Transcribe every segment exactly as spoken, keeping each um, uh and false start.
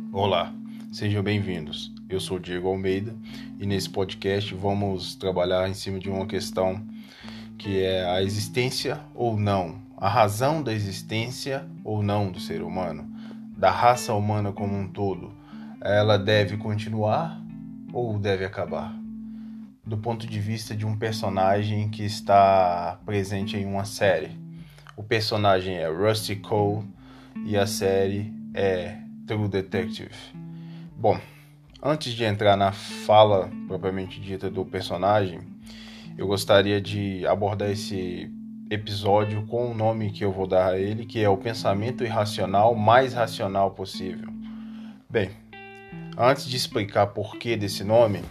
Olá, sejam bem-vindos. Eu sou Diego Almeida e nesse podcast vamos trabalhar em cima de uma questão que é a existência ou não, a razão da existência ou não do ser humano, da raça humana como um todo. Ela deve continuar ou deve acabar? Do ponto de vista de um personagem que está presente em uma série. O personagem é Rusty Cole e a série é True Detective. Bom, antes de entrar na fala propriamente dita do personagem, eu gostaria de abordar esse episódio com o nome que eu vou dar a ele, que é o pensamento irracional mais racional possível. Bem, antes de explicar porquê desse nome,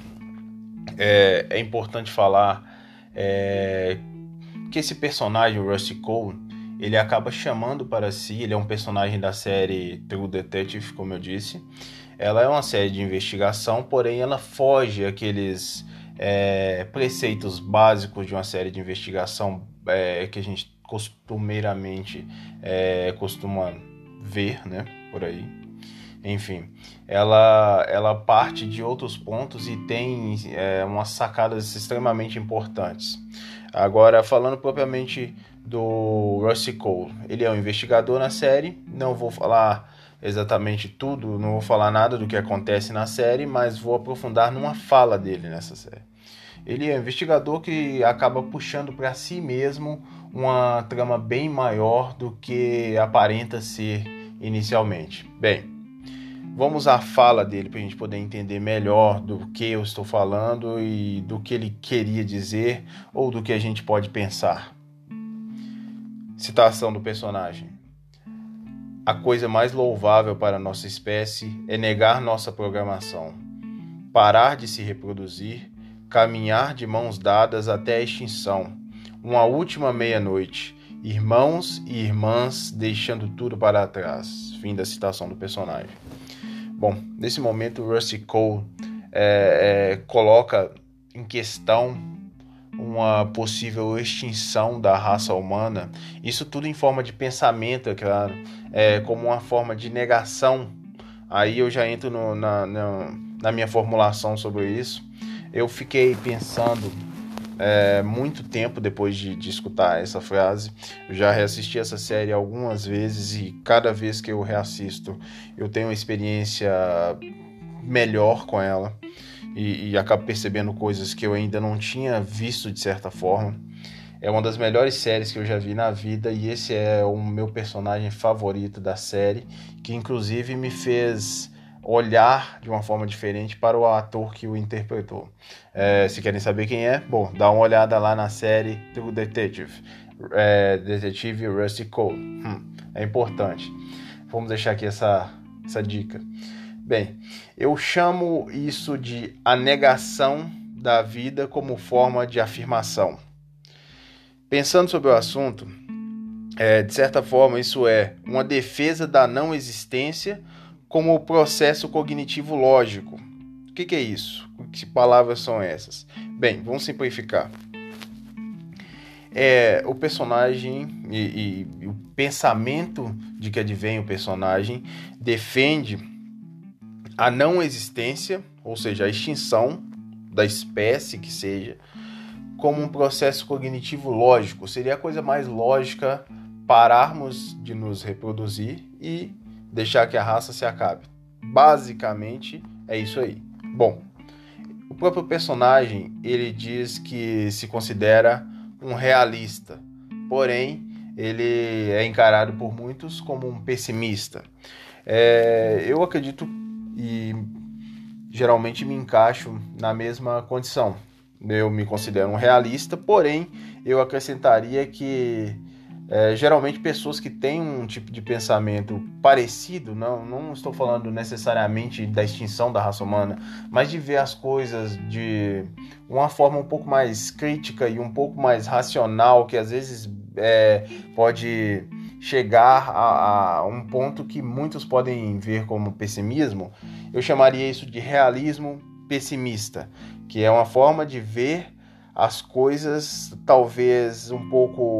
é, é importante falar é, que esse personagem, o Rusty Cole, ele acaba chamando para si, ele é um personagem da série True Detective, como eu disse. Ela é uma série de investigação, porém ela foge àqueles é, preceitos básicos de uma série de investigação é, que a gente costumeiramente é, costuma ver, né, por aí. Enfim, ela, ela parte de outros pontos e tem é, umas sacadas extremamente importantes. Agora, falando propriamente do Rusty Cole, ele é um investigador na série, não vou falar exatamente tudo, não vou falar nada do que acontece na série, mas vou aprofundar numa fala dele nessa série. Ele é um investigador que acaba puxando para si mesmo uma trama bem maior do que aparenta ser inicialmente. Bem, vamos à fala dele para a gente poder entender melhor do que eu estou falando e do que ele queria dizer ou do que a gente pode pensar. Citação do personagem. A coisa mais louvável para nossa espécie é negar nossa programação, parar de se reproduzir, caminhar de mãos dadas até a extinção, uma última meia-noite, irmãos e irmãs deixando tudo para trás. Fim da citação do personagem. Bom, nesse momento o Rusty Cole é, é, coloca em questão uma possível extinção da raça humana, isso tudo em forma de pensamento, é claro, é, como uma forma de negação. Aí eu já entro no, na, na, na minha formulação sobre isso. Eu fiquei pensando é, muito tempo depois de, de escutar essa frase. Eu já reassisti essa série algumas vezes e cada vez que eu reassisto eu tenho uma experiência melhor com ela e, e acabo percebendo coisas que eu ainda não tinha visto de certa forma. É uma das melhores séries que eu já vi na vida e esse é o meu personagem favorito da série, que inclusive me fez olhar de uma forma diferente para o ator que o interpretou. É, se querem saber quem é, bom, dá uma olhada lá na série True Detective, é, Detetive Rusty Cole. Hum, é importante. Vamos deixar aqui essa, essa dica. Bem, eu chamo isso de a negação da vida como forma de afirmação. Pensando sobre o assunto, é, de certa forma isso é uma defesa da não existência como processo cognitivo lógico. O que, que é isso? Que palavras são essas? Bem, vamos simplificar. É, o personagem e, e, e o pensamento de que advém o personagem defende a não existência, ou seja, a extinção da espécie que seja, como um processo cognitivo lógico. Seria a coisa mais lógica pararmos de nos reproduzir e deixar que a raça se acabe. Basicamente é isso aí. Bom, o próprio personagem, ele diz que se considera um realista, porém ele é encarado por muitos como um pessimista. É, eu acredito e geralmente me encaixo na mesma condição. Eu me considero um realista, porém eu acrescentaria que é, geralmente pessoas que têm um tipo de pensamento parecido, não, não estou falando necessariamente da extinção da raça humana, mas de ver as coisas de uma forma um pouco mais crítica e um pouco mais racional, que às vezes é, pode chegar a, a um ponto que muitos podem ver como pessimismo. Eu chamaria isso de realismo pessimista, que é uma forma de ver as coisas talvez um pouco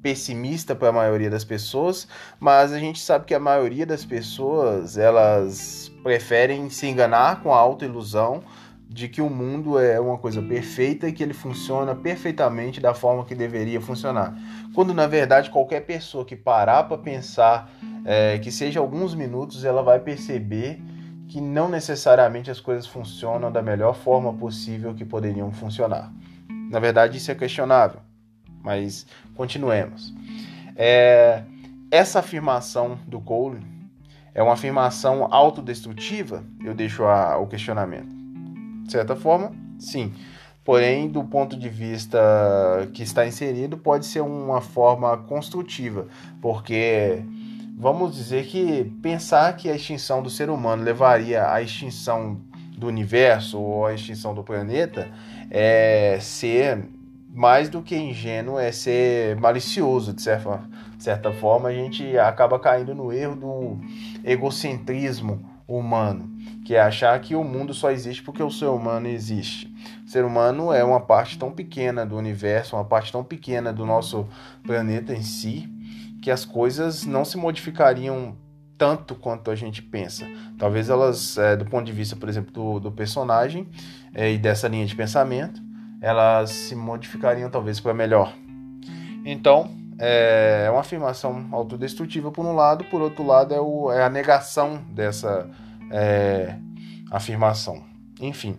pessimista para a maioria das pessoas, mas a gente sabe que a maioria das pessoas, elas preferem se enganar com a autoilusão de que o mundo é uma coisa perfeita e que ele funciona perfeitamente da forma que deveria funcionar. Quando, na verdade, qualquer pessoa que parar para pensar, é, que seja alguns minutos, ela vai perceber que não necessariamente as coisas funcionam da melhor forma possível que poderiam funcionar. Na verdade, isso é questionável, mas continuemos. É, essa afirmação do Cole é uma afirmação autodestrutiva? Eu deixo a, o questionamento. De certa forma, sim. Porém, do ponto de vista que está inserido, pode ser uma forma construtiva, porque vamos dizer que pensar que a extinção do ser humano levaria à extinção do universo ou à extinção do planeta é ser mais do que ingênuo, é ser malicioso. De certa, de certa forma, a gente acaba caindo no erro do egocentrismo humano, que é achar que o mundo só existe porque o ser humano existe. O ser humano é uma parte tão pequena do universo, uma parte tão pequena do nosso planeta em si, que as coisas não se modificariam tanto quanto a gente pensa. Talvez elas, é, do ponto de vista, por exemplo, do, do personagem é, e dessa linha de pensamento, elas se modificariam talvez para melhor. Então, é uma afirmação autodestrutiva por um lado, por outro lado é, o, é a negação dessa é, afirmação. Enfim,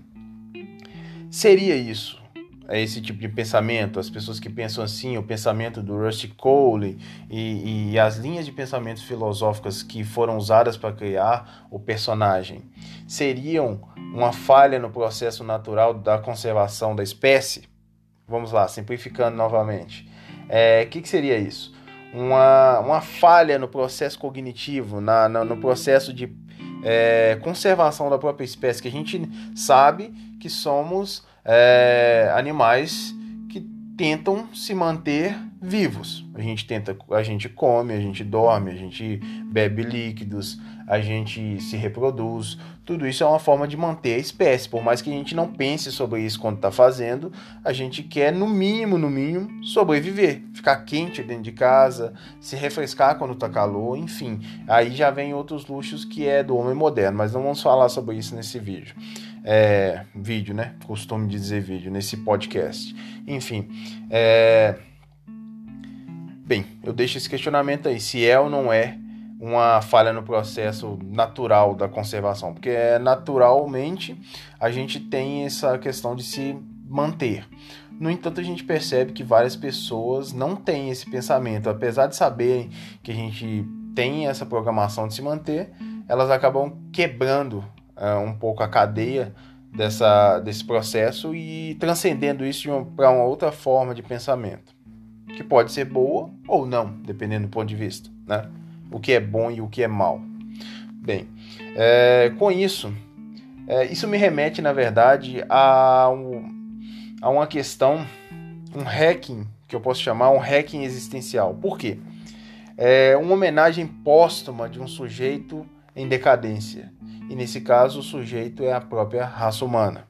seria isso, é esse tipo de pensamento, as pessoas que pensam assim, o pensamento do Rusty Cole e, e as linhas de pensamentos filosóficas que foram usadas para criar o personagem, seriam uma falha no processo natural da conservação da espécie? Vamos lá, simplificando novamente. É, que, que seria isso? Uma, uma falha no processo cognitivo, na, na, no processo de é, conservação da própria espécie, que a gente sabe que somos é, animais que tentam se manter vivos. A gente tenta, a gente come, a gente dorme, a gente bebe líquidos, a gente se reproduz. Tudo isso é uma forma de manter a espécie. Por mais que a gente não pense sobre isso quando está fazendo, a gente quer, no mínimo, no mínimo, sobreviver. Ficar quente dentro de casa, se refrescar quando está calor, enfim. Aí já vem outros luxos que é do homem moderno, mas não vamos falar sobre isso nesse vídeo. É, vídeo, né? Costume de dizer vídeo, nesse podcast. Enfim, é... Bem, eu deixo esse questionamento aí, se é ou não é uma falha no processo natural da conservação, porque é, naturalmente a gente tem essa questão de se manter. No entanto, a gente percebe que várias pessoas não têm esse pensamento, apesar de saberem que a gente tem essa programação de se manter, elas acabam quebrando uh, um pouco a cadeia dessa, desse processo e transcendendo isso para uma outra forma de pensamento, que pode ser boa ou não, dependendo do ponto de vista, né? O que é bom e o que é mal. Bem, é, com isso, é, isso me remete, na verdade, a, um, a uma questão, um hacking, que eu posso chamar um hacking existencial. Por quê? É uma homenagem póstuma de um sujeito em decadência. E, nesse caso, o sujeito é a própria raça humana.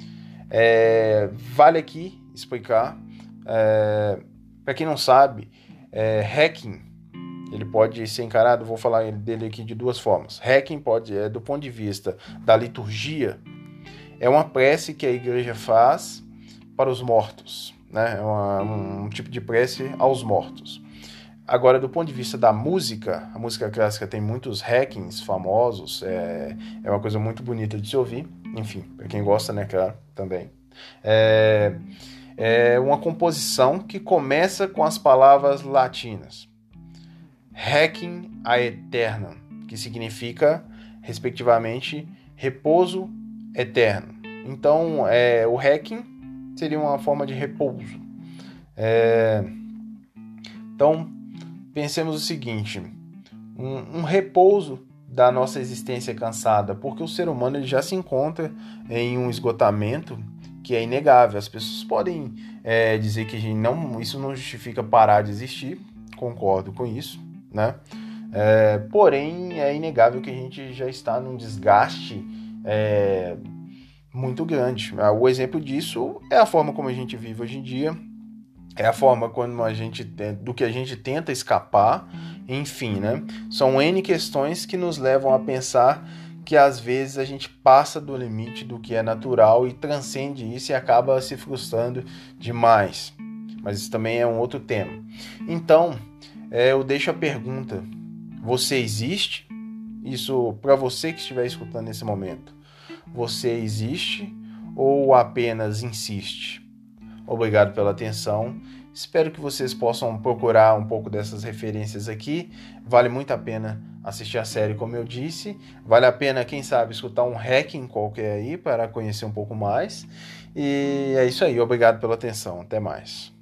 É, vale aqui explicar, é, para quem não sabe, é, hacking, ele pode ser encarado, vou falar dele aqui de duas formas. Hacking pode, é, do ponto de vista da liturgia, é uma prece que a igreja faz para os mortos, né? É uma, um tipo de prece aos mortos. Agora, do ponto de vista da música, a música clássica tem muitos hackings famosos, é, é uma coisa muito bonita de se ouvir, enfim, para quem gosta, né, claro, também. É, é uma composição que começa com as palavras latinas. Requiem aeternam, que significa, respectivamente, repouso eterno. Então, é, o Requiem seria uma forma de repouso. É, então, pensemos o seguinte, um, um repouso da nossa existência cansada, porque o ser humano ele já se encontra em um esgotamento que é inegável. As pessoas podem é, dizer que não, isso não justifica parar de existir, concordo com isso, né? É, porém, é inegável que a gente já está num desgaste é, muito grande. O exemplo disso é a forma como a gente vive hoje em dia, É a forma quando a gente, do que a gente tenta escapar, enfim, né? São N questões que nos levam a pensar que às vezes a gente passa do limite do que é natural e transcende isso e acaba se frustrando demais. Mas isso também é um outro tema. Então, é, eu deixo a pergunta: você existe? Isso para você que estiver escutando nesse momento. Você existe ou apenas insiste? Obrigado pela atenção. Espero que vocês possam procurar um pouco dessas referências aqui. Vale muito a pena assistir a série, como eu disse. Vale a pena, quem sabe, escutar um hacking qualquer aí para conhecer um pouco mais. E é isso aí. Obrigado pela atenção. Até mais.